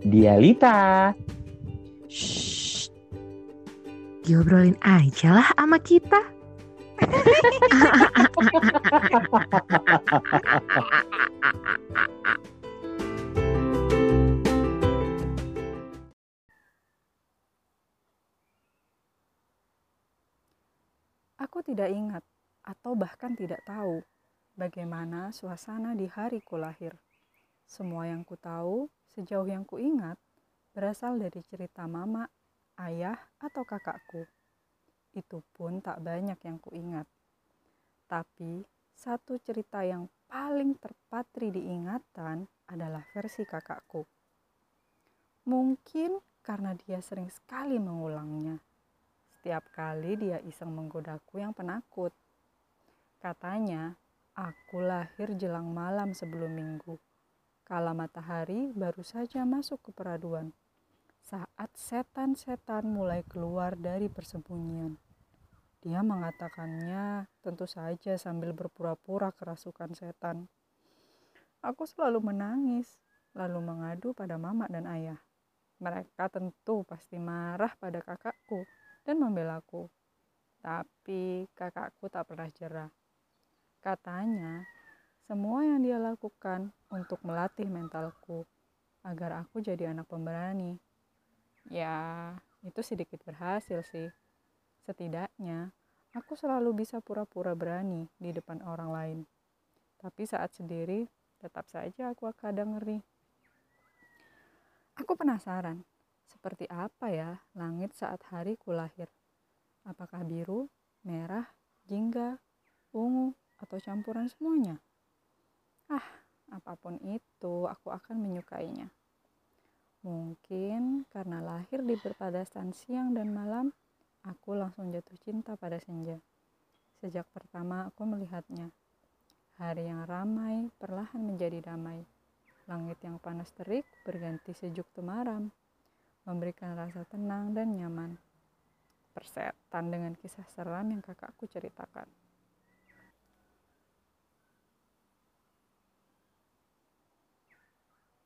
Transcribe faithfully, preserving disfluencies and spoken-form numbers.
Dialita. Shh, diobrolin aja lah sama kita. Aku tidak ingat atau bahkan tidak tahu bagaimana suasana di hari ku lahir. Semua yang ku tahu sejauh yang ku ingat berasal dari cerita mama, ayah, atau kakakku. Itu pun tak banyak yang ku ingat. Tapi satu cerita yang paling terpatri di ingatan adalah versi kakakku. Mungkin karena dia sering sekali mengulangnya. Setiap kali dia iseng menggodaku yang penakut. Katanya, aku lahir jelang malam sebelum minggu. Kala matahari baru saja masuk ke peraduan. Saat setan-setan mulai keluar dari persembunyian. Dia mengatakannya tentu saja sambil berpura-pura kerasukan setan. Aku selalu menangis, lalu mengadu pada mama dan ayah. Mereka tentu pasti marah pada kakakku dan membelaku. Tapi kakakku tak pernah jerah. Katanya, semua yang dia lakukan untuk melatih mentalku agar aku jadi anak pemberani. Ya, itu sedikit berhasil sih. Setidaknya, aku selalu bisa pura-pura berani di depan orang lain. Tapi saat sendiri, tetap saja aku kadang ngeri. Aku penasaran, seperti apa ya langit saat hari ku lahir? Apakah biru, merah, jingga, ungu, atau campuran semuanya? Ah, apapun itu, aku akan menyukainya. Mungkin karena lahir di berpadasan siang dan malam, aku langsung jatuh cinta pada senja. Sejak pertama aku melihatnya. Hari yang ramai perlahan menjadi damai. Langit yang panas terik berganti sejuk temaram, memberikan rasa tenang dan nyaman. Persetan dengan kisah seram yang kakakku ceritakan.